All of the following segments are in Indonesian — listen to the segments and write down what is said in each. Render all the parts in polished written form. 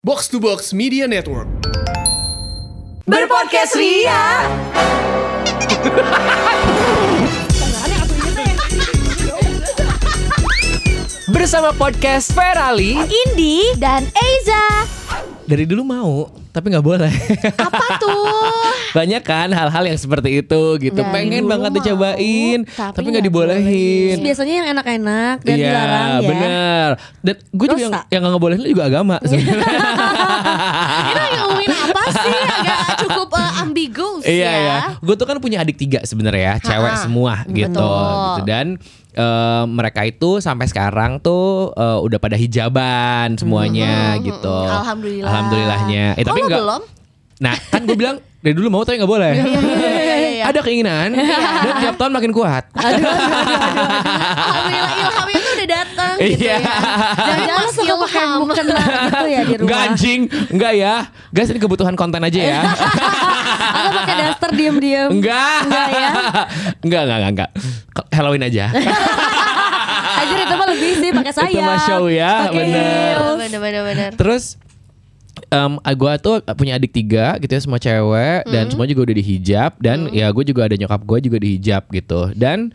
Box to Box Media Network. Berpodcast Ria. Bersama podcast Ferali, Indi dan Eiza. dari dulu mau, tapi nggak boleh. Apa tuh? Banyak kan hal-hal yang seperti itu gitu. Dari Pengen dulu banget mau, dicobain, tapi nggak nggak dibolehin. Biasanya yang enak-enak dan Iya, dilarang ya. bener. Dan gue juga Dosa. yang nggak ngebolehin itu juga agama. sebenarnya. Ini lagi ngomongin apa sih? Agak cukup ambigus Iya ya. ya. Gue tuh kan punya adik 3 sebenarnya, cewek semua gitu. Betul. Dan mereka itu sampai sekarang tuh udah pada hijaban semuanya gitu. Alhamdulillah. Alhamdulillahnya. Tapi lo enggak. belum? Nah, kan gue bilang dari dulu mau tapi nggak boleh. Iya. Ada keinginan dan tiap tahun makin kuat. Alhamdulillah ilhamnya tuh udah datang gitu Iya. ya. Jangan Lo suka pakai mukena gitu ya di rumah. Enggak anjing, enggak ya. Guys, ini kebutuhan konten aja ya. Atau pakai daster diem-diem. Enggak. Enggak ya. Enggak. Halloween aja. Ajar itu mah lebih sih pakai sayap. Itu mah show ya, Pakai bener. heels. Bener. Terus gue tuh punya adik 3 gitu ya, semua cewek dan semua juga udah dihijab dan ya gue juga ada nyokap gue juga dihijab gitu. Dan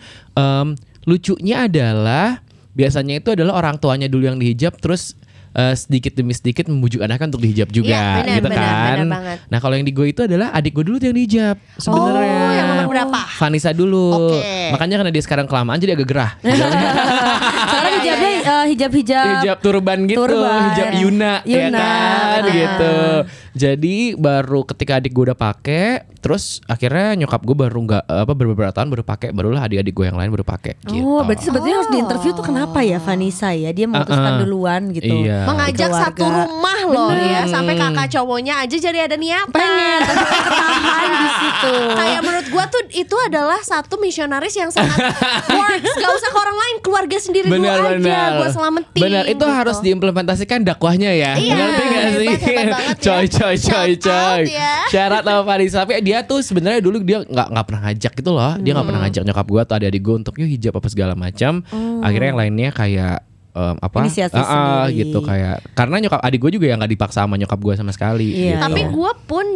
lucunya adalah biasanya itu adalah orang tuanya dulu yang dihijab terus sedikit demi sedikit membujuk anaknya untuk dihijab juga Iya, benar, gitu benar, kan. benar banget. Nah kalau yang di gue itu adalah adik gue dulu tuh yang dihijab sebenarnya. Oh, yang nomor berapa? Vanessa dulu. Oke. Makanya karena dia sekarang kelamaan jadi agak gerah. Sekarang Iya, hijabnya hijab-hijab. Hijab turban gitu, Turban. hijab Yuna, ya Yuna, kan benar. gitu. Jadi baru ketika adik gue udah pakai, terus akhirnya nyokap gue baru beberapa tahun baru pakai, barulah adik-adik gue yang lain baru pakai. Gitu. Oh, berarti sebetulnya harus diinterview tuh kenapa ya Vanessa ya? Dia memutuskan duluan gitu. Iya. Mengajak Keluarga. satu rumah loh ya, sampai kakak cowoknya aja jadi ada niatan. Pengen, tapi ketahan di situ. Kayak menurut gua tuh itu adalah satu misionaris yang sangat works. Gak usah ke orang lain, keluarga sendiri dulu aja. Gua selamatin. Benar, itu gitu. harus diimplementasikan dakwahnya ya. Iya, Ngerti gak sih? hebat banget ya. Coy. Shout out ya. Syarat sama Vanessa. Tapi dia tuh sebenarnya dulu dia nggak pernah ngajak gitu loh. Dia nggak pernah ngajak nyokap gue atau adik-adik gue untuk yuk hijab apa segala macam. Akhirnya yang lainnya kayak Inisiatif sendiri. gitu kayak karena nyokap adik gue juga yang nggak dipaksa sama nyokap gue sama sekali. Iya, gitu. Tapi gue pun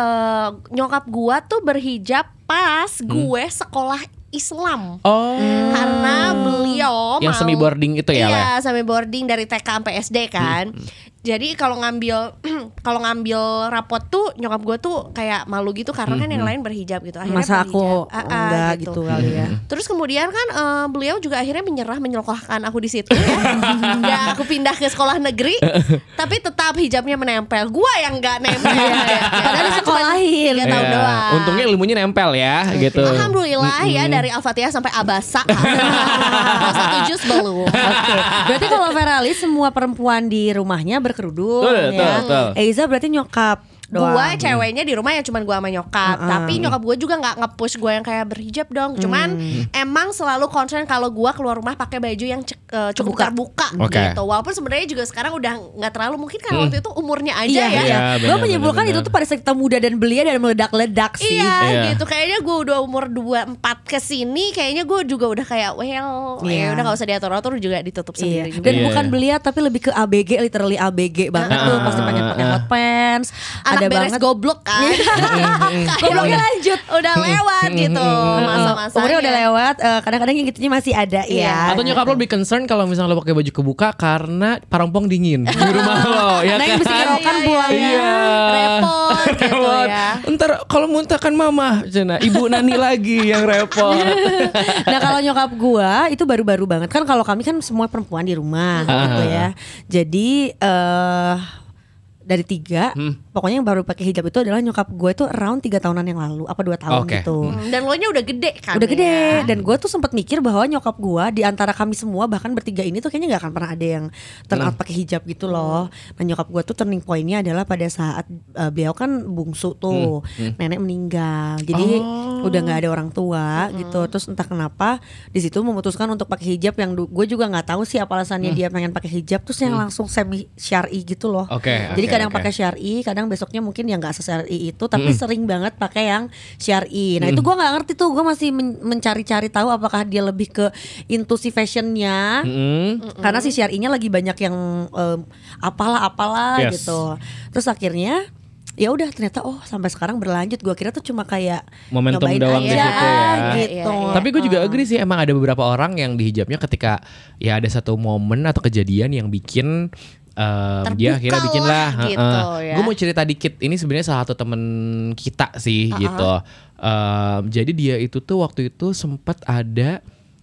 nyokap gue tuh berhijab pas gue sekolah Islam. Oh. Karena beliau Yang semi boarding itu ya, Iya, semi boarding dari TK sampai SD kan. Jadi kalau ngambil rapot tuh nyokap gue tuh kayak malu gitu karena kan yang lain berhijab gitu. Akhirnya Masa aku berhijab. enggak gitu kali ya. Terus kemudian kan beliau juga akhirnya menyekolahkan aku di situ ya. Dan aku pindah ke sekolah negeri, tapi tetap hijabnya menempel. Gua yang nggak nempel. Padahal disekolahin. 3 tahun Iya. doang. Untungnya ilmunya nempel ya gitu. Alhamdulillah ya dari Al-Fatihah sampai Abasa. Satu jus belum. Oke. Berarti kalau Ferali semua perempuan di rumahnya berkerudung ya. Betul. Eiza berarti nyokap doang. Gua ceweknya di rumah ya cuman gua sama nyokap. Tapi nyokap gua juga nggak nge-push gua yang kayak berhijab dong. Cuman emang selalu concern kalau gua keluar rumah pakai baju yang cukup terbuka Oke. gitu. Walaupun sebenarnya juga sekarang udah nggak terlalu, mungkin kan waktu itu umurnya aja Iya, ya. Iya, Gue benar, menyimpulkan benar, itu tuh pada saat kita muda dan belia dan meledak-ledak sih. Iya, Iya. gitu. Kayaknya gue udah umur 24 kesini, kayaknya gue juga udah kayak Iya. udah gak usah diatur-atur, juga ditutup sendiri Iya. juga. Dan Iya. bukan belia tapi lebih ke ABG, literally ABG banget tuh. Pasti pengen pakai hot pants. Anak ada beres banget. goblok kan. Gobloknya lanjut. Udah lewat gitu masa-masanya. Umurnya udah lewat. Kadang-kadang yang gitunya masih ada ya. Atau nyokap lo lebih concern kalau misalnya lo pakai baju kebuka karena parompong dingin di rumah lo, ya Nah, yang bisa kan? kerokan pulangnya. Iya. Repot gitu Repot. ya. Ntar kalau muntahkan mama, cina ibu Nani lagi yang repot. Nah kalau nyokap gua itu baru-baru banget kan, kalau kami kan semua perempuan di rumah gitu ya. Jadi dari 3 pokoknya yang baru pakai hijab itu adalah nyokap gue itu around 3 tahunan yang lalu apa 2 tahun Oke. gitu. Dan lo nya udah gede kan. Udah gede. ya? Dan gue tuh sempat mikir bahwa nyokap gue di antara kami semua bahkan bertiga ini tuh kayaknya nggak akan pernah ada yang turn out pakai hijab gitu loh. Nah nyokap gue tuh turning pointnya adalah pada saat beliau kan bungsu tuh, nenek meninggal, jadi udah nggak ada orang tua gitu. Terus entah kenapa di situ memutuskan untuk pakai hijab yang gue juga nggak tahu sih apa alasannya dia pengen pakai hijab. Terus yang langsung semi syar'i gitu loh. Oke. Jadi kadang pakai syar'i, kadang besoknya mungkin yang nggak se-syar'i itu, tapi sering banget pakai yang syar'i. Nah itu gue nggak ngerti tuh, gue masih mencari-cari tahu apakah dia lebih ke into si fashionnya, karena si syar'inya lagi banyak yang apalah gitu. Terus akhirnya ya udah ternyata sampai sekarang berlanjut. Gue kira tuh cuma kayak momentum doang di aja, situ ya. gitu. Tapi gue juga agree sih, emang ada beberapa orang yang di hijabnya ketika ya ada satu momen atau kejadian yang bikin dia akhirnya bikin lah gitu, ya. Gue mau cerita dikit. Ini sebenarnya salah satu temen kita sih gitu. Jadi dia itu tuh waktu itu sempat ada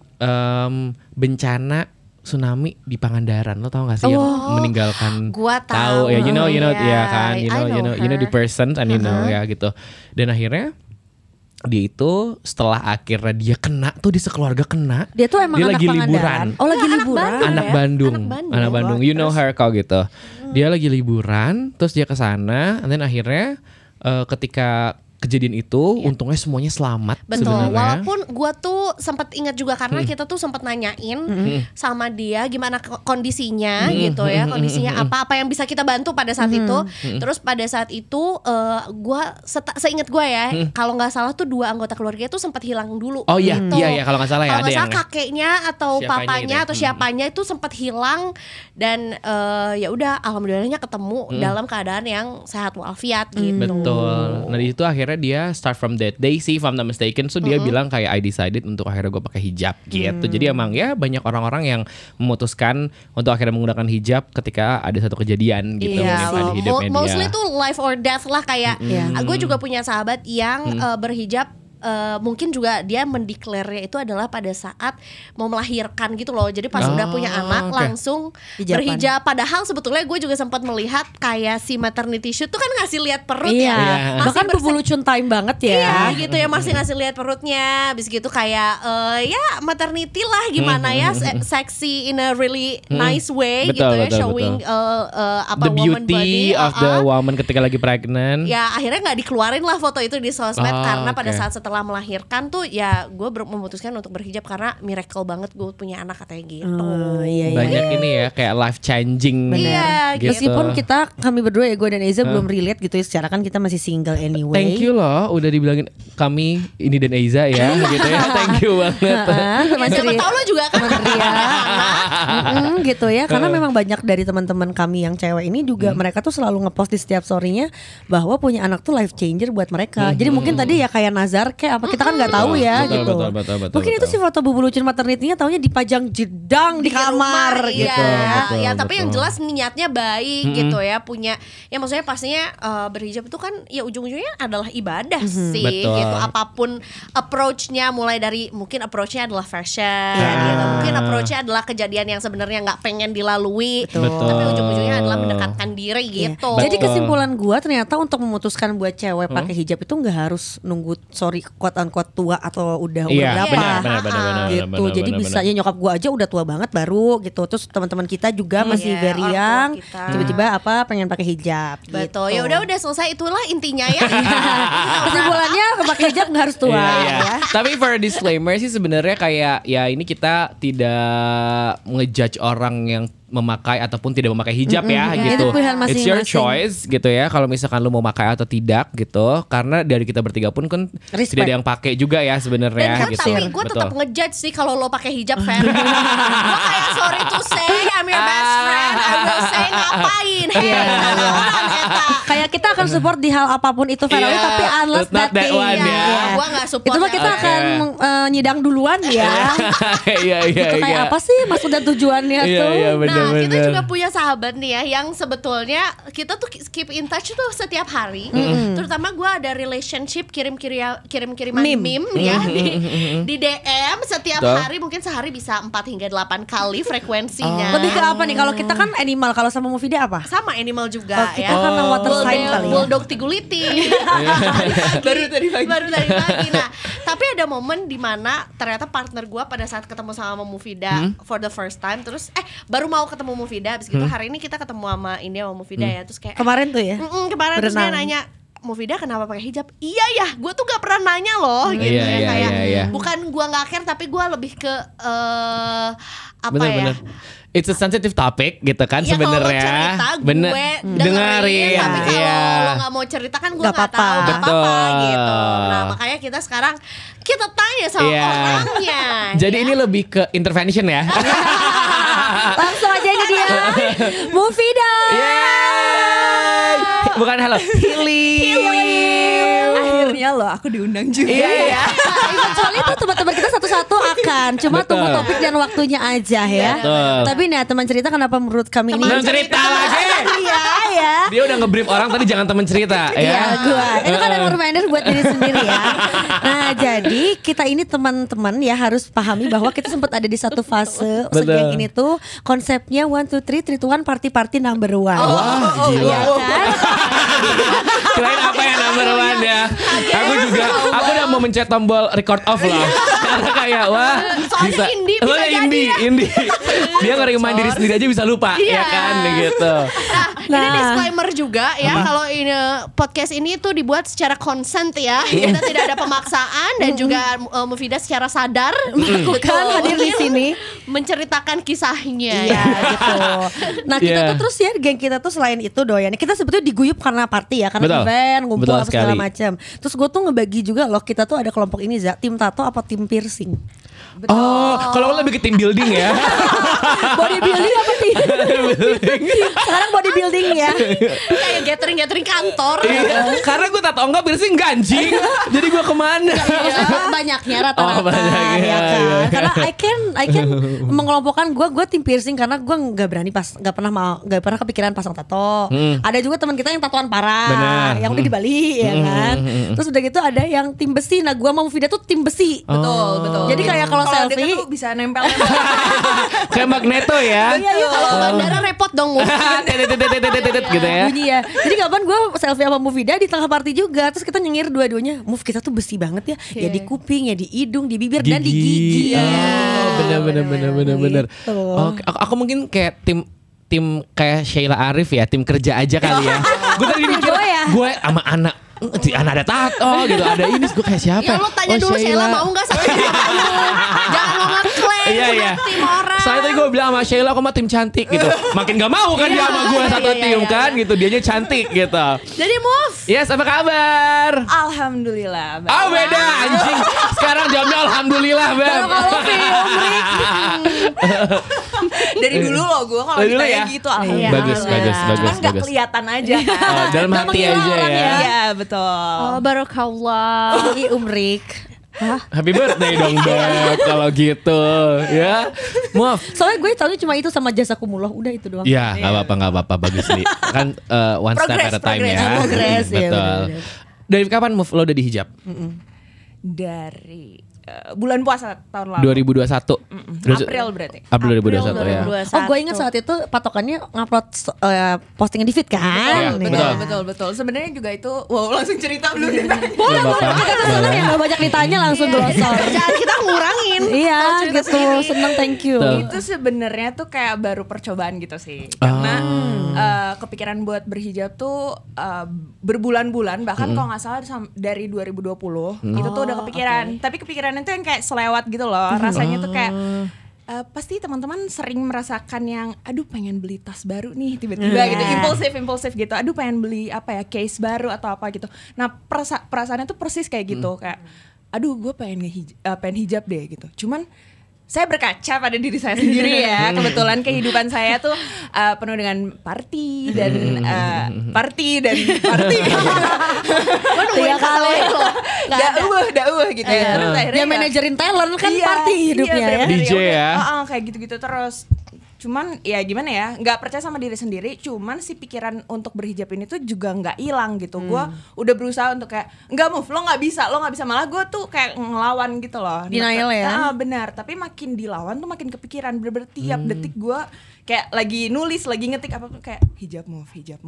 bencana tsunami di Pangandaran. Lo tau gak sih yang meninggalkan? Gua tahu. Ya, you know Yeah, ya kan, you know the person and you know ya gitu. Dan akhirnya dia itu setelah akhirnya dia kena tuh, di sekeluarga kena. Dia tuh emang anak lagi Pangandaran. liburan. Oh lagi liburan. Anak Bandung. You know her kau gitu. Dia lagi liburan, terus dia ke sana, dan akhirnya ketika kejadian itu untungnya semuanya selamat. Betul. Sebenarnya. Walaupun gue tuh sempat ingat juga karena kita tuh sempat nanyain sama dia gimana kondisinya gitu ya, kondisinya apa yang bisa kita bantu pada saat itu. Terus pada saat itu gue seingat gue ya, kalau nggak salah tuh 2 anggota keluarga itu sempat hilang dulu. Oh iya, gitu. iya kalau nggak salah ya, kalau ada nggak salah yang kakeknya atau siapanya papanya gitu ya. atau siapanya itu sempat hilang, dan ya udah alhamdulillahnya ketemu dalam keadaan yang sehat walafiat gitu. Betul. Nah di situ akhirnya dia start from that day sih, if I'm not mistaken. So dia bilang kayak I decided untuk akhirnya gue pakai hijab gitu. Jadi emang ya banyak orang-orang yang memutuskan untuk akhirnya menggunakan hijab ketika ada satu kejadian gitu Iya, di hidupnya dia. mostly tuh life or death lah kayak. Gue juga punya sahabat yang berhijab. Mungkin juga dia mendeklarnya itu adalah pada saat mau melahirkan gitu loh. Jadi pas udah punya anak langsung Hijaban. berhijab. Padahal sebetulnya gue juga sempat melihat kayak si maternity shoot tuh kan ngasih lihat perut Iya. ya. Bahkan bubulucun time banget ya. Iya gitu ya, masih ngasih lihat perutnya. Habis gitu kayak ya maternity lah gimana ya, sexy in a really nice way gitu ya, showing apa the woman beauty body of the woman ketika lagi pregnant. Ya akhirnya nggak dikeluarin lah foto itu di sosmed karena pada oke. saat setelah melahirkan tuh ya gue memutuskan untuk berhijab karena miracle banget gue punya anak katanya gitu. Iya. Banyak ini ya kayak life changing. Iya, gitu. Meskipun kami berdua ya, gue dan Eiza belum relate gitu ya, secara kan kita masih single anyway. Thank you loh udah dibilangin kami ini dan Eiza ya gitu ya. Thank you banget. Teman Ya, siapa tahu lo juga kan gitu ya, karena memang banyak dari teman-teman kami yang cewek ini juga mereka tuh selalu ngepost di setiap story-nya bahwa punya anak tuh life changer buat mereka. Jadi mungkin tadi ya kayak Nazar kayak apa, kita kan nggak tahu ya Betul, gitu. betul, Mungkin itu sih foto bubulucun maternity-nya taunya dipajang jedang di kamar rumah, gitu. Betul, ya tapi yang betul. jelas niatnya baik gitu ya, punya ya maksudnya pastinya berhijab itu kan ya ujung-ujungnya adalah ibadah sih Betul. gitu, apapun approach-nya, mulai dari mungkin approach-nya adalah fashion gitu, mungkin approach-nya adalah kejadian yang sebenarnya nggak pengen dilalui, Betul. tapi ujung-ujungnya adalah mendekatkan diri Iya. gitu. Jadi Betul. kesimpulan gua ternyata untuk memutuskan buat cewek pakai hijab itu nggak harus nunggu quote unquote tua atau udah umur Iya, berapa. benar, Gitu. Jadi bisa ya nyokap gua aja udah tua banget baru gitu. Terus teman-teman kita juga masih Iya, very orang tua young, kita. tiba-tiba pengen pakai hijab. Betul. Gitu. Ya udah selesai, itulah intinya ya. Kesimpulannya pakai hijab nggak harus tua. Iya. Ya. Tapi for a disclaimer sih sebenarnya kayak ya ini kita tidak ngejudge orang yang memakai ataupun tidak memakai hijab ya gitu. Itu pilihan It's your masing-masing. choice gitu ya. Kalau misalkan lu mau pakai atau tidak gitu. Karena dari kita bertiga pun kan Respect. tidak ada yang pakai juga ya Dan sebenarnya gue gitu. tapi gue tetap ngejudge sih kalau lo pakai hijab, Fer. Gue kayak sorry to say I'm your best friend, I will say ngapain. Kayak kita akan support di hal apapun itu Ferrari, Iya, tapi unless not that thing. one ya. Iya. Gue gak support Itu mah kita that. akan nyidang duluan ya. Iya iya Itu kayak iya. apa sih maksud dan tujuannya Iya tuh? iya Nah kita benar-benar. juga punya sahabat nih ya, yang sebetulnya kita tuh keep in touch tuh setiap hari. Terutama gue ada relationship kirim-kiriman meme ya di DM setiap Betul. hari, mungkin sehari bisa 4 hingga 8 kali frekuensinya. Lebih ke apa nih? Kalau kita kan animal, kalau sama Mufida apa? Sama animal juga Oh, kita ya. karena water sign kali ya. Bulldog Tiguliti. baru tadi pagi. Nah, tapi ada momen di mana ternyata partner gue pada saat ketemu sama Mufida for the first time, terus baru mau ketemu Mufida, abis gitu hari ini kita ketemu sama India sama Mufida ya, terus kayak Kemarin tuh ya. kemarin terus dia Berenang. nanya, Mufidah kenapa pakai hijab? Iya ya, gue tuh gak pernah nanya loh gitu Iya, ya iya, kayak iya. bukan gue nggak care tapi gue lebih ke apa Bener-bener. ya? It's a sensitive topic gitu kan Ya kalau lo sebenarnya. cerita gue dengerin, dengerin. tapi kalau Iya. lo nggak mau cerita kan gue Nggak nggak apa-apa. tahu nggak apa-apa Betul. gitu. Nah makanya kita sekarang kita tanya sama Iya. orangnya. Jadi ini lebih ke intervention ya. Langsung aja ini dia Mufidah. Yeay. Bukan halo, healing. Akhirnya loh aku diundang juga. Iya. Kecuali itu teman-teman kita satu-satu akan cuma Betul. tunggu topik dan waktunya aja ya. Betul. Tapi nih teman cerita kenapa menurut kami ini? Teman cerita lagi. Iya ya. Dia udah nge-brief orang tadi jangan temen cerita Iya ya. gua. Itu kan ada reminder buat diri sendiri ya. Nah jadi kita ini teman-teman ya harus pahami bahwa kita sempat ada di satu fase Betul. segeng ini tuh konsepnya 1, 2, 3, 3, 2, 1 party number 1. Wah, gila. Iya kan? Kirain apa ya number one ya. Aku udah mau mencet tombol record off loh. Karena kayak wah Soalnya bisa. indie, bisa Wah, jadi indie. Dia ngerimain diri sendiri aja bisa lupa Iya. ya kan gitu. Nah, ini disclaimer juga ya kalau ini podcast ini tuh dibuat secara consent ya. Kita tidak ada pemaksaan dan juga Mufidah secara sadar Melakukan hadir di sini. menceritakan kisahnya. Iya gitu. Nah kita Iya. tuh terus ya geng kita tuh selain itu doyan kita sebetulnya diguyup karena party ya, karena Betul. event, ngumpul Betul apa segala sekali. macam. Terus gue tuh ngebagi juga loh, kita tuh ada kelompok ini Za, tim tato apa tim piercing? Oh, kalau lo lebih ke team building ya. Bodybuilding apa tim? Sekarang bodybuilding ya. Kayak gathering kantor. Iya, karena gue tato enggak piercing ganjing. Jadi gue kemana? Banyaknya rata-rata Oh, banyaknya, ya kan. iya. Karena I can mengelompokkan gue tim piercing karena gue nggak berani nggak pernah kepikiran pasang tato. Ada juga teman kita yang tatoan parah, Benar. yang udah di Bali ya kan. Terus udah gitu ada yang tim besi. Nah gue sama Mufidah tuh tim besi. Betul. Jadi kayak kalau Kalau selfie deket tuh bisa nempel. Kayak magneto ya. Iya, kalau ke bandara repot dong. Titit gitu ya. bunyi ya. Jadi kapan gue selfie sama Mufidah di tengah party juga. Terus kita nyengir dua-duanya. Move kita tuh besi banget ya. Ya di kuping, ya di hidung, di bibir dan di gigi. Bener. Gitu. Oke, aku mungkin kayak tim kayak Sheila Arif ya, tim kerja aja kali ya. Gue tadi mikir Gue ya? gue sama anak ada tato gitu, ada ini, gue kayak siapa? Ya lo tanya dulu Sheila mau gak sama tim lu. Jangan lo ngeklaim Iya. tim orang. Soalnya tadi gue bilang sama Sheila, aku mah tim cantik gitu. Makin gak mau kan dia sama gue satu tim kan gitu. Dianya cantik gitu. Jadi move. Yes, apa kabar? Alhamdulillah. Oh beda anjing. Sekarang jawabnya alhamdulillah Beb. Dari dulu loh gue kalau Dari dulu ditanya ya? gitu alhamdulillah. Bagus. Cuman gak kelihatan aja kan. Oh, dalam hati aja ya. Iya betul. Oh, barakallah. Umrik. Happy birthday dong Beb kalau gitu ya. Maaf. Soalnya gue tahu cuma itu sama jasa kumullah. Udah itu doang. Ya nggak apa-apa bagus nih. Kan one step at a time ya. Progress, ya, Betul. benar-benar. Dari kapan move lo udah di hijab? Dari bulan puasa tahun lalu. 2021. April berarti. April 2021 ya. Oh gue ingat saat itu patokannya ngupload postingan di feed kan. Iya, betul. Betul. Sebenarnya juga itu wow langsung cerita dulu deh. Boleh. Kita seneng ya, gak banyak ditanya langsung glosor. Kerjaan kita ngurangin. Iya Kalau cerita gitu, sendiri. seneng, thank you. Tuh. Itu sebenarnya tuh kayak baru percobaan gitu sih. Karena kepikiran buat berhijab tuh berbulan-bulan bahkan kalau nggak salah dari 2020 itu tuh udah kepikiran. Tapi kepikiran itu yang kayak selewat gitu loh. Rasanya tuh kayak pasti teman-teman sering merasakan yang aduh pengen beli tas baru nih tiba-tiba gitu impulsif gitu, aduh pengen beli apa ya case baru atau apa gitu. Nah perasaannya tuh persis kayak gitu kayak aduh gue pengen hijab deh gitu. Cuman saya berkaca pada diri saya sendiri ya. Kebetulan kehidupan saya tuh penuh dengan party dan party. Gue nungguin kali loh. Dauh gitu ya. Terus akhirnya Dia manajerin talent kan iya, party hidupnya ya. bener-bener DJ udah, ya. kayak gitu-gitu terus. Cuman ya gimana ya, nggak percaya sama diri sendiri. Cuman si pikiran untuk berhijab ini tuh juga nggak hilang gitu. Gue udah berusaha untuk kayak nggak move, lo nggak bisa. Malah gue tuh kayak ngelawan gitu loh. Denial ya? Benar. Tapi makin dilawan tuh makin kepikiran. Bener-bener tiap detik gue kayak lagi nulis, lagi ngetik apa tuh kayak hijab move. Kayak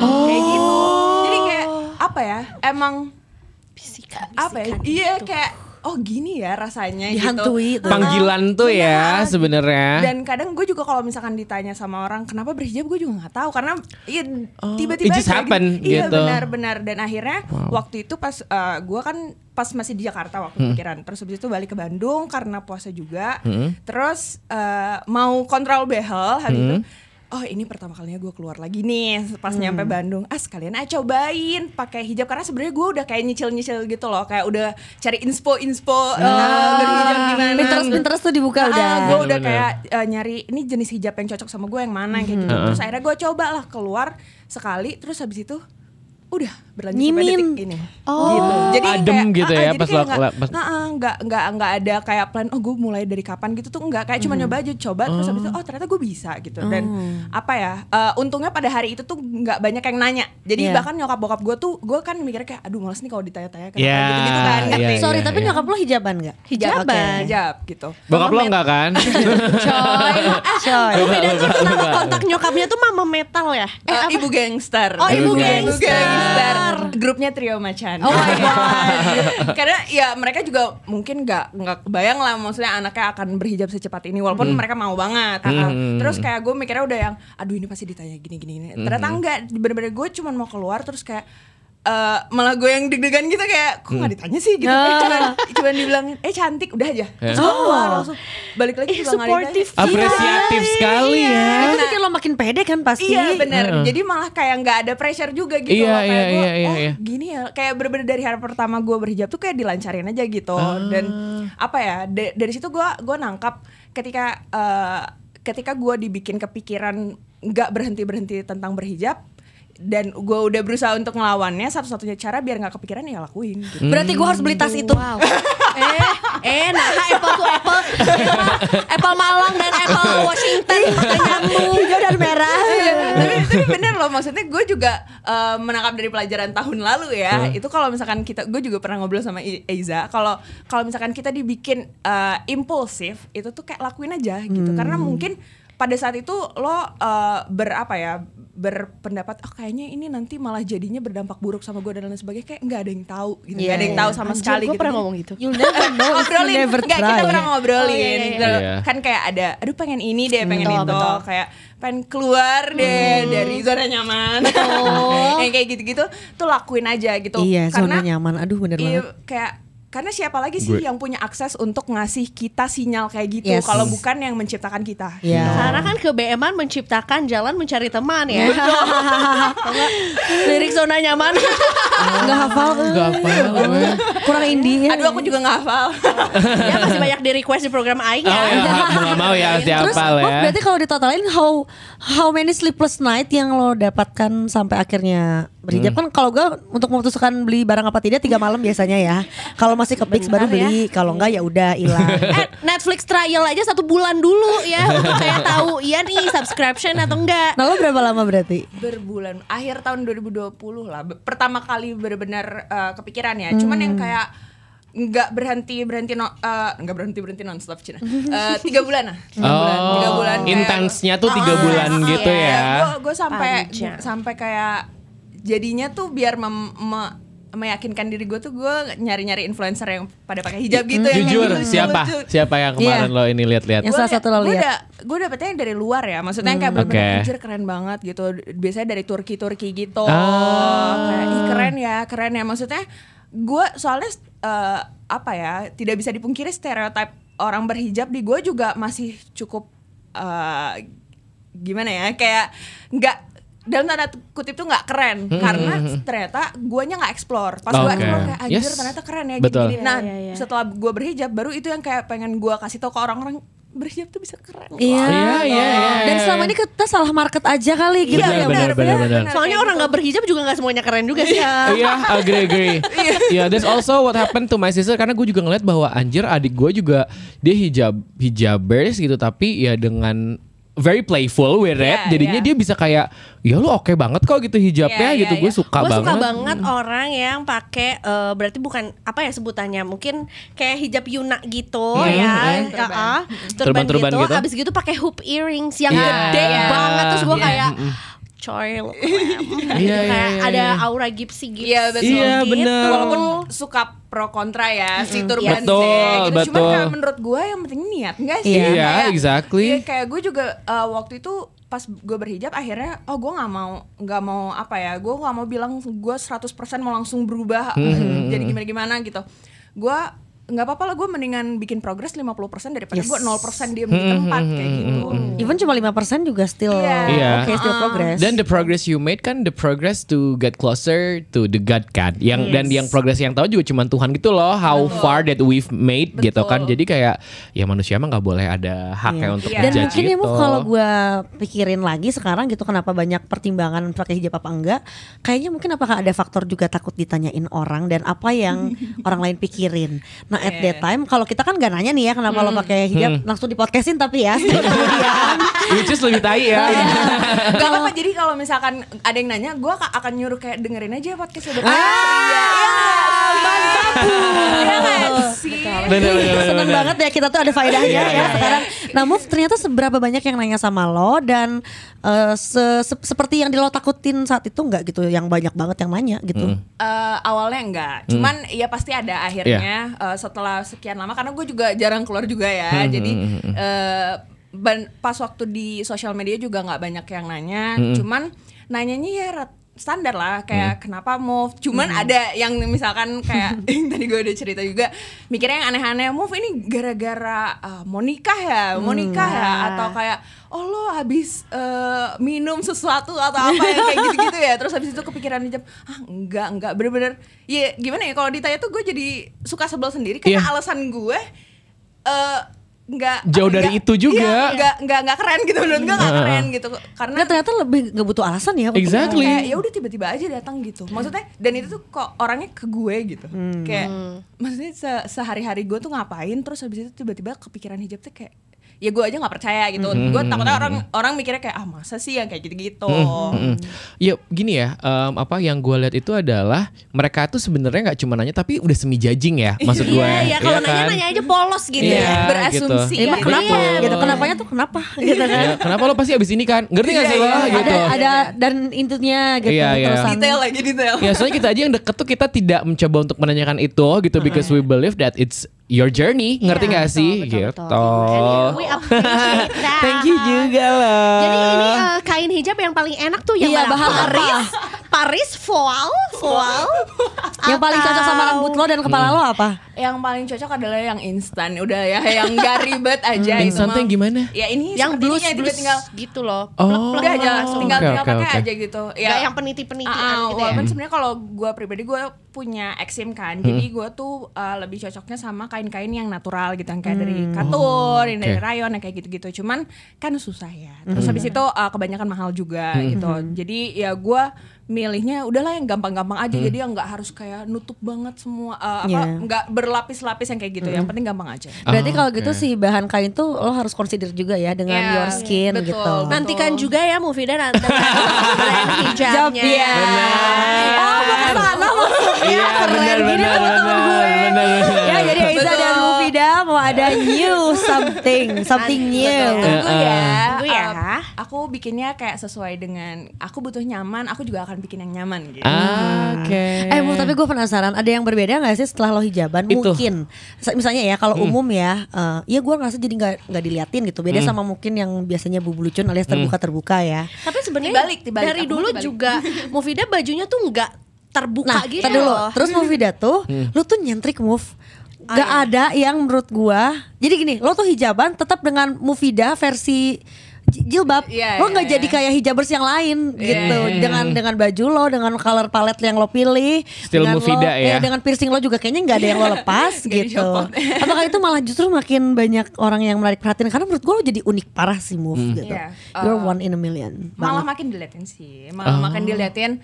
gitu. Jadi kayak apa ya? Emang Bisikan apa ya? Iya kayak oh gini ya rasanya Dihantui gitu. tuh. Panggilan tuh ya Benar. sebenarnya. Dan kadang gue juga kalau misalkan ditanya sama orang kenapa berhijab, gue juga nggak tahu karena ya, tiba-tiba it just aja happen Iya gitu. benar-benar. Dan akhirnya waktu itu pas gue kan pas masih di Jakarta waktu pikiran, terus habis itu balik ke Bandung karena puasa juga. Terus mau kontrol behel habis itu. Oh ini pertama kalinya gue keluar lagi nih pas nyampe Bandung. Sekalian aja cobain pakai hijab karena sebenarnya gue udah kayak nyicil gitu loh, kayak udah cari inspo berhijab gimana. Pinterest tuh dibuka udah. Gue udah Bener-bener. kayak nyari ini jenis hijab yang cocok sama gue yang mana kayak gitu. Terus akhirnya gue coba lah keluar sekali, terus habis itu udah berlanjut sampai Nyimin. detik ini. Oh. Gitu. Jadi Adem kayak, gitu ya, jadi pas kayak lo- pas- nggak ada kayak plan. Oh gue mulai dari kapan gitu tuh nggak. Kayak cuma nyoba aja terus habis itu ternyata gue bisa gitu. Dan apa ya? Untungnya pada hari itu tuh nggak banyak yang nanya. Jadi Iya. bahkan nyokap bokap gue tuh gue kan mikirnya kayak aduh males nih kalau ditanya-tanya kenapa Iya, gitu kan. iya, Ngerti? Sorry, iya, tapi iya. nyokap lo hijaban nggak? Hijaban. Oke. Hijab gitu. Bokap lo enggak kan? Coy. Oh, beda tuh nama kontak nyokapnya tuh Mama Metal ya? Ibu Gangster. Oh, Ibu Gangster. Grupnya Trio Macan. Oh my god. Karena ya mereka juga mungkin nggak kebayang lah maksudnya anaknya akan berhijab secepat ini walaupun mereka mau banget. Terus kayak gue mikirnya udah yang aduh ini pasti ditanya gini. Ternyata enggak, bener-bener gue cuma mau keluar terus kayak malah gue yang deg-degan gitu kayak kok nggak ditanya sih gitu. Cuman dibilang cantik udah aja. Terus gue keluar langsung bbalik lagi juga nggak Supportive. ditanya. Apresiatif sekali ya. Itu bikin lo makin pede kan pasti. Iya benar. Jadi malah kayak nggak ada pressure juga gitu Iya, loh. Kayak gue, iya. gini ya. Kayak bener-bener dari hari pertama gue berhijab tuh kayak dilancarin aja gitu. Dan apa ya? Dari situ gue nangkap ketika gue dibikin kepikiran nggak berhenti tentang berhijab. Dan gue udah berusaha untuk ngelawannya, satu-satunya cara biar nggak kepikiran ya lakuin. Gitu. Berarti gue harus beli tas itu. Wow. Nah Apple tuh Apple. Apple Malang dan Apple Washington nyambung. Hijau dan merah. Tapi bener loh, maksudnya gue juga menangkap dari pelajaran tahun lalu ya. Itu kalau misalkan gue juga pernah ngobrol sama Eiza, kalau misalkan kita dibikin impulsif, itu tuh kayak lakuin aja gitu. Karena mungkin pada saat itu lo berpendapat kayaknya ini nanti malah jadinya berdampak buruk sama gue dan lain sebagainya, kayak nggak ada yang tahu gitu. Nggak ada yang tahu sama sekali Gue gitu. pernah ngomong gitu. You'll never know if you Ngobrolin, never enggak, kita try. pernah ngobrolin Oh, iya. gitu. Iya. Kan kayak ada aduh pengen ini deh, pengen Betul, itu, betul. kayak pengen keluar deh dari zona nyaman. Yang kayak gitu-gitu tuh lakuin aja gitu. Iya, Karena zona nyaman. Aduh bener iya, banget. kayak karena siapa lagi sih yang punya akses untuk ngasih kita sinyal kayak gitu Yes. kalau bukan yang menciptakan kita. Iya. Karena kan ke-BM-an menciptakan jalan mencari teman ya. Lirik zona nyaman. Nggak hafal. Enggak apa gue. Kurang indie ya. Aduh aku juga nggak hafal. Ya masih banyak di request di program Aing Oh ya. ya, nggak mau ya Terus siapa lo ya. berarti kalau ditotalin how many sleepless night yang lo dapatkan sampai akhirnya berhijab? Kan kalau gue untuk memutuskan beli barang apa tidak 3 malam biasanya ya. Kalau masih kepix baru Bentar ya. beli, kalau enggak ya udah hilang. Netflix trial aja 1 bulan dulu ya untuk kayak tahu iya nih subscription atau enggak. Nah lo berapa lama berarti? Berbulan akhir tahun 2020 lah pertama kali benar-benar kepikiran ya. Cuman yang kayak nggak berhenti nonstop Cina. 3 bulan lah. 3 bulan kayak- Intensnya tuh 3 bulan gitu ya. Gue sampai kayak jadinya tuh biar meyakinkan diri gue tuh gue nyari-nyari influencer yang pada pakai hijab gitu yang Jujur, kayak gitu, siapa? lucu. Siapa yang kemarin Iya. lo ini lihat-lihat? Yang salah satu lo lihat. Gue dapetnya yang dari luar ya, maksudnya yang kayak Oke. bener-bener anjir keren banget gitu. Biasanya dari Turki gitu. Kayak keren ya. Maksudnya gue soalnya tidak bisa dipungkiri stereotip orang berhijab di gue juga masih cukup gimana ya, kayak nggak dalam tanda kutip tuh nggak keren karena ternyata guanya nggak explore. Pas gue Oke. explore kayak anjir Yes. ternyata keren ya Betul. gini-gini. Nah Iya. setelah gue berhijab baru itu yang kayak pengen gue kasih tau ke orang-orang berhijab tuh bisa keren. Iya. Iya. Dan selama ini kita salah market aja kali gitu Benar, ya. benar. Soalnya orang nggak berhijab juga nggak semuanya keren juga sih. Iya, agree. Iya, that's also what happened to my sister karena gue juga ngeliat bahwa anjir adik gue juga dia hijabers gitu tapi ya dengan very playful with it. Yeah, Jadinya yeah. dia bisa kayak ya lu oke banget kok gitu hijabnya Yeah, gitu. yeah, Gue yeah. suka Gue banget. suka banget orang yang pakai berarti bukan apa ya sebutannya, mungkin kayak hijab Yuna gitu ya, turban Turban-turban gitu. gitu. Abis gitu pakai hoop earrings yang Iya. gede Iya. banget terus gue Iya. kayak coy lo Iya, kayak iya, ada iya. aura gipsy Iya, betul. Iya, gitu. bener. Walaupun suka pro kontra ya si turban Betul, gitu. Cuman betul. kayak menurut gue yang penting niat enggak sih? Iya, Kayak- exactly. Iya, kayak gue juga waktu itu pas gue berhijab akhirnya gue nggak mau apa ya, gue nggak mau bilang gue 100% mau langsung berubah jadi gimana gitu. Gue nggak apa-apa lah, gue mendingan bikin progres 50% daripada gue 0% diem di tempat kayak gitu. Even cuma 5% juga still Iya. oke, still progress. Dan the progress you made kan the progress to get closer to the God kan. Yang dan yang progress yang tahu juga cuma Tuhan gitu loh. How far that we've made gitu kan. Jadi kayak ya manusia mah nggak boleh ada haknya untuk Iya. Dan judge mungkin ya gitu. Muf, kalau gue pikirin lagi sekarang gitu, kenapa banyak pertimbangan pakai hijab apa enggak, kayaknya mungkin apakah ada faktor juga takut ditanyain orang dan apa yang orang lain pikirin. Nah at that time kalau kita kan gak nanya nih ya kenapa lo pakai hijab, langsung di podcastin tapi ya kemudian Which is lebih tai ya. Gak apa-apa, jadi kalau misalkan ada yang nanya, gue akan nyuruh kayak dengerin aja podcast udah Bener. seneng banget ya kita tuh ada faedahnya ya sekarang. Nah Muf, ternyata seberapa banyak yang nanya sama lo dan seperti yang lo takutin saat itu nggak gitu, yang banyak banget yang nanya gitu? Awalnya enggak, cuman ya pasti ada akhirnya setelah sekian lama, karena gue juga jarang keluar juga ya, jadi pas waktu di sosial media juga nggak banyak yang nanya, cuman nanyanya ya standar lah kayak kenapa move, cuman ada yang misalkan kayak yang tadi gue udah cerita juga, mikirnya yang aneh-aneh, move ini gara-gara mau nikah ya atau kayak oh lo habis minum sesuatu atau apa yang kayak gitu-gitu ya, terus habis itu kepikiran hijab. Enggak bener-bener ya gimana ya, kalau ditanya tuh gue jadi suka sebel sendiri karena alasan gue nggak Jauh dari itu juga. nggak keren gitu, menurut gue nggak keren gitu, karena Nggak, ternyata lebih nggak butuh alasan ya untuk Exactly. kayak ya udah tiba-tiba aja datang gitu, maksudnya. Dan itu tuh kok orangnya ke gue gitu, kayak maksudnya sehari-hari gue tuh ngapain, terus habis itu tiba-tiba kepikiran hijab tuh kayak ya gue aja nggak percaya gitu. Gue takutnya orang mikirnya kayak masa sih yang kayak gitu-gitu. Ya gini ya, apa yang gue lihat itu adalah mereka tuh sebenarnya nggak cuma nanya tapi udah semi judging ya, maksud gue. Iya, kalau kan? nanya aja polos gitu Iya, ya. Berasumsi gitu. ya. kenapa Iya, gitu, kenapanya tuh kenapa gitu kan? Ya, kenapa lo pasti abis ini kan? Ngerti gak sih lo gitu? Ada dan intinya gitu Iya, iya. terusan. Detail. Ya soalnya kita aja yang deket tuh kita tidak mencoba untuk menanyakan itu gitu, because we believe that it's your journey, ngerti gak sih? Gitu. We appreciate that. Thank you juga lah. Jadi ini kain hijab yang paling enak tuh yang Iya, mana? bahan apa? Paris voile. Yang paling cocok sama rambut lo dan kepala lo apa? Yang paling cocok adalah yang instan, udah ya, yang gak ribet aja. itu Instan tuh mah. yang gimana? Ya ini Yang seperti blues ini, tinggal gitu loh. Oh. udah aja langsung tinggal Oke, pakai oke. aja gitu. Gak yang peniti-penitian gitu ya. Walaupun sebenarnya kalau gue pribadi gue punya eksim kan, jadi gue tuh lebih cocoknya sama kain-kain yang natural gitu, yang kayak dari katun, yang dari oke. rayon, yang kayak gitu-gitu. Cuman kan susah ya. Terus habis itu kebanyakan mahal juga gitu. Jadi ya gue milihnya udahlah yang gampang-gampang aja, jadi yang nggak harus kayak nutup banget semua, nggak berlapis-lapis yang kayak gitu. Yang penting gampang aja. Berarti kalau gitu si bahan kain tuh lo harus consider juga ya dengan Iya, your skin betul. gitu. Nantikan juga ya Mufida nanti brand hijabnya. Iya. Oh, mau ke sana maksudnya. Iya, Keren benar, gini benar, teman-teman benar, gue. benar, benar. Ya, jadi Aiza dan Mufida mau ada new something new. Tunggu ya. Tunggu ya. Aku bikinnya kayak sesuai dengan aku butuh nyaman, aku juga akan bikin yang nyaman gitu. Oke. Muf, tapi gue penasaran, ada yang berbeda nggak sih setelah lo hijaban? Itu. Mungkin, misalnya ya kalau umum ya, ya gue ngerasa jadi nggak diliatin gitu. Beda sama mungkin yang biasanya bubulucun alias terbuka ya. Tapi sebenarnya Dibalik, dari aku dulu dibalik. juga Mufida bajunya tuh nggak terbuka Nah, gitu tar dulu. loh. Terus Mufida tuh, lo tuh nyentrik Move. Gak ada yang menurut gua. Jadi gini, lo tuh hijaban tetap dengan Mufida versi jilbab. Iya, Lo iya, nggak iya. jadi kayak hijabers yang lain gitu. iya. Dengan baju lo, dengan color palette yang lo pilih, Still dengan Mufida ya. dengan piercing lo juga kayaknya nggak ada yang lo lepas Nggak gitu. dicopot. Apakah itu malah justru makin banyak orang yang menarik perhatian, karena menurut gua lo jadi unik parah sih Move gitu. Iya. You're one in a million. Malah banget. makin diliatin sih, makin diliatin.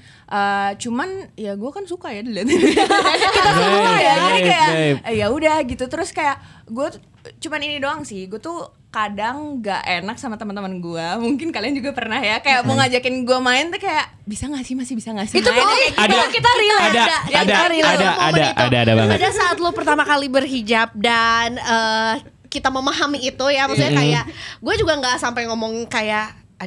Cuman ya gue kan suka ya diliatin. Kita semua ya, jadi kayak ya udah gitu. Terus kayak gue cuman ini doang sih, gue tuh kadang gak enak sama teman-teman gue. Mungkin kalian juga pernah ya, kayak mau ngajakin gue main tuh kayak bisa nggak sih, masih bisa nggak sih? Itu main? tuh Kayak gitu. ada kita relate. ada Yang ada dari momen itu. ada banget. Pada saat lo pertama kali berhijab dan kita memahami itu ya, maksudnya kayak gue juga nggak sampai ngomong kayak aduh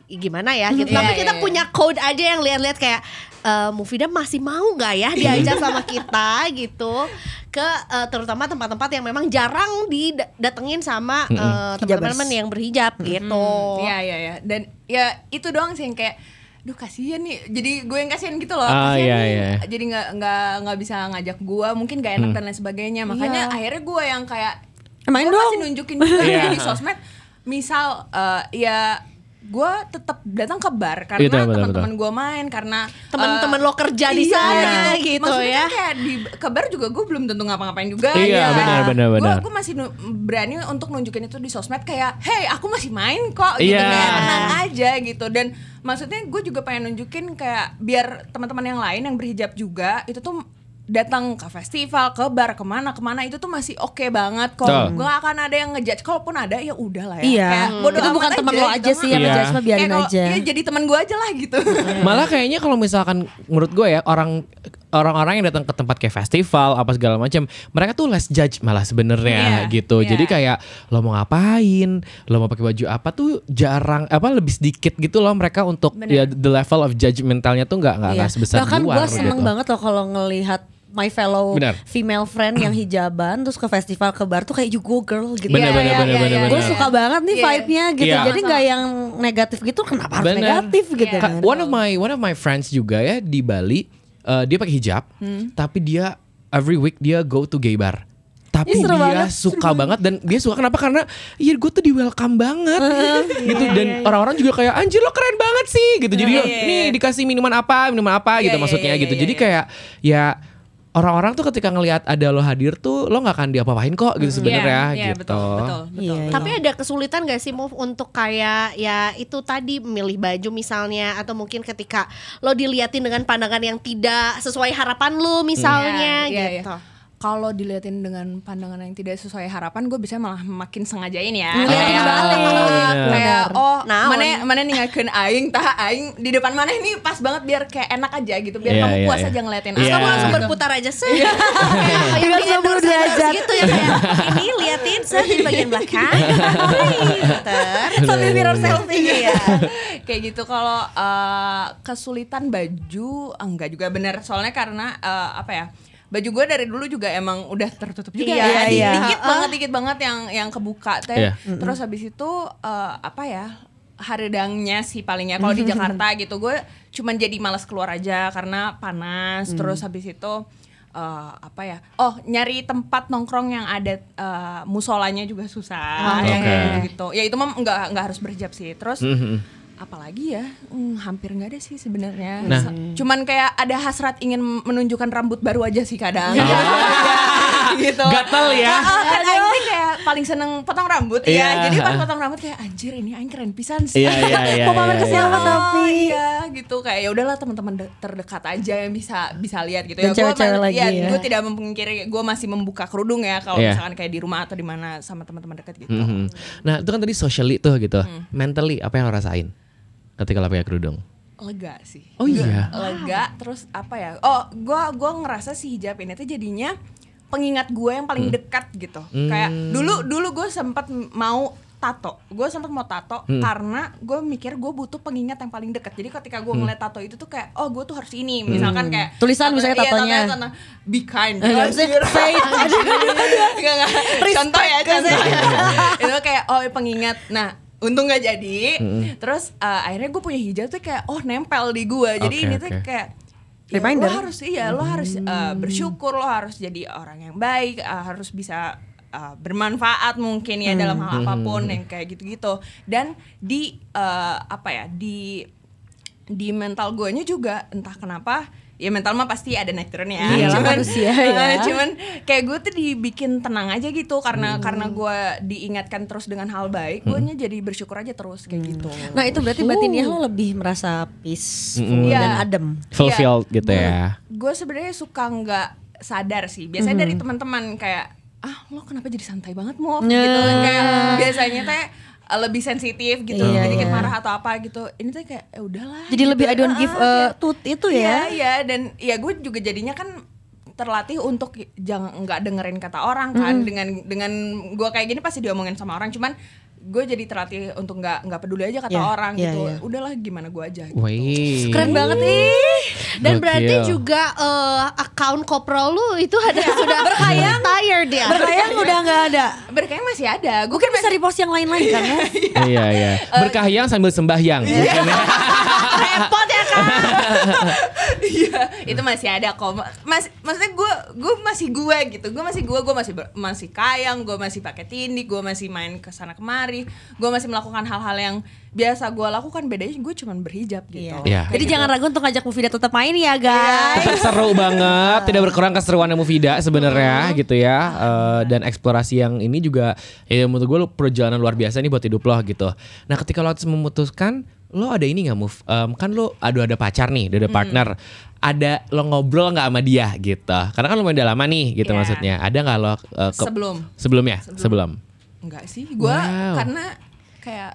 gimana ya gitu. Tapi kita punya code aja yang lihat-lihat kayak Mufidah masih mau nggak ya diajak sama kita gitu ke terutama tempat-tempat yang memang jarang didatengin sama teman-teman yang berhijab gitu. Iya. Dan ya itu doang sih yang kayak duh kasihan nih, jadi gue yang kasihan gitu loh, jadi nggak bisa ngajak gue, mungkin gak enak dan lain sebagainya, makanya akhirnya gue yang kayak gue masih nunjukin juga di sosmed, misal ya gue tetap datang ke bar karena teman-teman gue main, karena teman-teman lo kerja di sana gitu. Maksudnya ya. Kayak ke bar juga gue belum tentu ngapa-ngapain juga. Iya, benar. Gue masih berani untuk nunjukin itu di sosmed kayak, hey aku masih main kok, gitu kayak tenang aja gitu. Dan maksudnya gue juga pengen nunjukin kayak biar teman-teman yang lain yang berhijab juga itu tuh datang ke festival, ke bar, kemana itu tuh masih oke banget kok. Gue akan ada yang ngejudge, kalaupun ada ya udah lah ya. Iya. Kayak, Itu bukan teman lo aja sih yang ngejudge, mah biarin aja. Ya jadi teman gue aja lah gitu. Malah kayaknya kalau misalkan menurut gue ya orang-orang yang datang ke tempat kayak festival apa segala macam, mereka tuh less judge malah sebenarnya gitu. Jadi kayak lo mau ngapain, lo mau pakai baju apa tuh jarang lebih sedikit gitu loh mereka untuk ya the level of judgmentalnya tuh nggak sebesar bahkan luar. Bahkan gue seneng banget loh kalau ngelihat my fellow female friend yang hijaban terus ke festival, ke bar tuh kayak you go girl gitu. Bener. Gue suka banget nih vibe-nya gitu. Jadi nggak yang negatif gitu. Kenapa harus negatif gitu kan? One of my friends juga ya di Bali, dia pakai hijab, tapi dia every week dia go to gay bar. Tapi dia suka banget dan dia suka kenapa? Karena gue tuh di welcome banget gitu dan orang-orang juga kayak anjir lo keren banget sih gitu. Jadi nih dikasih minuman apa gitu maksudnya gitu. Jadi kayak ya orang-orang tuh ketika ngelihat ada lo hadir tuh lo nggak akan diapa-apain kok gitu sebenarnya gitu. Betul. Tapi ada kesulitan gak sih Move untuk kayak ya itu tadi milih baju misalnya, atau mungkin ketika lo diliatin dengan pandangan yang tidak sesuai harapan lo misalnya gitu. Kalau diliatin dengan pandangan yang tidak sesuai harapan, gue bisa malah makin sengajain ya. Liatin balik. Kayak mana nih ngakeun aing, aing di depan mana ini pas banget biar kayak enak aja gitu, biar kamu puas aja ngeliatin. Kamu langsung berputar aja sih. Yang di endorse gitu ya kayak ini liatin di bagian belakang. Sambil mirror selfie ya. Kayak gitu. Kalau kesulitan baju enggak juga benar, soalnya karena baju gue dari dulu juga emang udah tertutup juga dikit banget yang kebuka teh. Terus habis itu haredangnya sih palingnya kalau di Jakarta gitu, gue cuman jadi malas keluar aja karena panas. Terus habis itu nyari tempat nongkrong yang ada musolanya juga susah. Gitu. Ya itu mah nggak harus berhijab sih. Terus apalagi ya hampir nggak ada sih sebenarnya. Cuman kayak ada hasrat ingin menunjukkan rambut baru aja sih kadang. Gitu. Gatel ya. Kan aing tuh kayak paling seneng potong rambut ya. Jadi pas potong rambut kayak anjir ini aing keren pisan sih. Mau pamer ke siapa tapi gitu kayak ya udahlah teman-teman terdekat aja yang bisa lihat gitu. Dan cewek-cewek lagi ya. Gue tidak memungkiri gue masih membuka kerudung ya kalau misalkan kayak di rumah atau di mana sama teman-teman dekat gitu. Nah, itu kan tadi socially tuh gitu. Mentally apa yang lo rasain ketika lo pakai kerudung? Lega sih. Oh iya. Lega, terus gue ngerasa si hijab ini tuh jadinya pengingat gue yang paling dekat gitu. Kayak dulu gue sempat mau tato. Gue sempat mau tato karena gue mikir gue butuh pengingat yang paling dekat. Jadi ketika gue ngeliat tato itu tuh kayak gue tuh harus ini. Misalkan kayak tulisan misalnya tatonya. Be kind. Faith. Contoh ya. Itu kayak pengingat. Nah, untung gak jadi. Terus akhirnya gue punya hijab tuh kayak nempel di gue. Jadi ini tuh kayak reminder. Lo harus bersyukur, lo harus jadi orang yang baik, harus bisa bermanfaat mungkin ya dalam hal apapun yang kayak gitu-gitu. Dan di di mental guenya juga entah kenapa ya mental mah pasti ada naik turun ya. Cuman kayak gue tuh dibikin tenang aja gitu karena gue diingatkan terus dengan hal baik, gue jadi bersyukur aja terus kayak gitu. Nah itu berarti batinnya lo lebih merasa peaceful dan adem, fulfilled gitu ya. Gue sebenarnya suka nggak sadar sih. Biasanya dari teman-teman kayak lo kenapa jadi santai banget Mo gitu kayak biasanya teh lebih sensitif gitu, dikit marah atau apa gitu. Ini tuh kayak udahlah. Jadi gitu. Lebih I don't give a toot itu ya. Iya dan ya gue juga jadinya kan terlatih untuk jangan nggak dengerin kata orang kan. Dengan gue kayak gini pasti diomongin sama orang. Cuman gue jadi terlatih untuk nggak peduli aja kata orang gitu. Udahlah gimana gue aja. Gitu. Wih. Keren banget nih. Dan Gokil. berarti juga account kopro lu itu ada sudah berkayang tired ya. Berkayang udah nggak ada. Berkayang masih ada. Gue Mungkin bisa repost yang lain-lain kan ya. Iya. Berkahyang sambil sembahyang. Repot ya kan. Iya, itu masih ada kok. Maksudnya gue masih gue gitu. Gue masih kayang, gue masih pakai tindik, gue masih main ke sana kemari, gue masih melakukan hal-hal yang biasa gue lakukan. Bedanya gue cuma berhijab gitu. Iya. Jadi gitu. jangan ragu untuk ngajak Mufida tetap main ya guys. Tetap seru banget, tidak berkurang keseruannya Mufida sebenarnya gitu ya. Dan eksplorasi yang ini juga ya menurut gue perjalanan luar biasa nih buat hidup lo gitu. Nah ketika lo harus memutuskan, lo ada ini nggak Muf? Kan lo ada pacar nih, ada partner. Ada lo ngobrol nggak sama dia gitu? Karena kan lo udah lama nih gitu maksudnya. Ada nggak lo sebelumnya? Sebelum? Enggak sih, gue karena kayak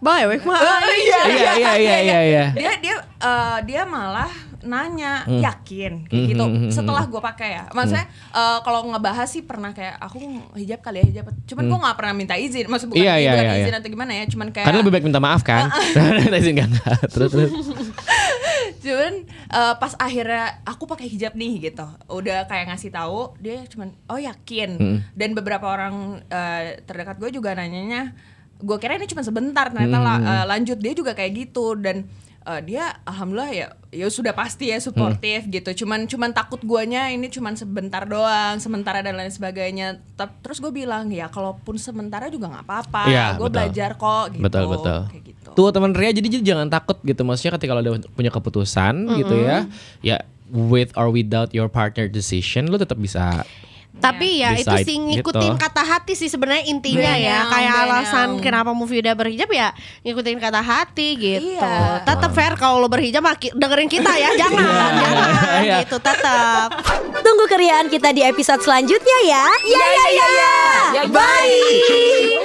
Iya. Dia malah nanya yakin kayak gitu setelah gue pakai ya. Maksudnya kalau ngebahas sih pernah kayak aku hijab kali ya hijab. Cuman gue nggak pernah minta izin. Maksud bukan izin atau gimana ya. Cuman kayak karena lebih baik minta maaf kan. Izin enggak. Terus. Cuman pas akhirnya aku pakai hijab nih gitu, udah kayak ngasih tahu dia cuman yakin. Dan beberapa orang terdekat gue juga nanyanya, gue kira ini cuma sebentar, ternyata lanjut. Dia juga kayak gitu. Dan dia alhamdulillah ya sudah pasti ya suportif gitu. Cuman takut guanya ini cuman sebentar doang, sementara dan lain sebagainya. Terus gue bilang ya kalaupun sementara juga nggak apa-apa. Ya, gue belajar kok gitu. Betul. Kayak gitu. Tuh teman Ria, jadi jangan takut gitu. Maksudnya ketika lo udah punya keputusan gitu ya with or without your partner decision, lo tetap bisa. Tapi ya itu Decide sih ngikutin gitu. kata hati sih sebenarnya intinya ya. Kayak alasan kenapa Mufida berhijab ya ngikutin kata hati gitu. Iya. Tetap fair kalau lo berhijab dengerin kita ya. Jangan gitu tetap. Tunggu keriaan kita di episode selanjutnya ya. Ya. Bye.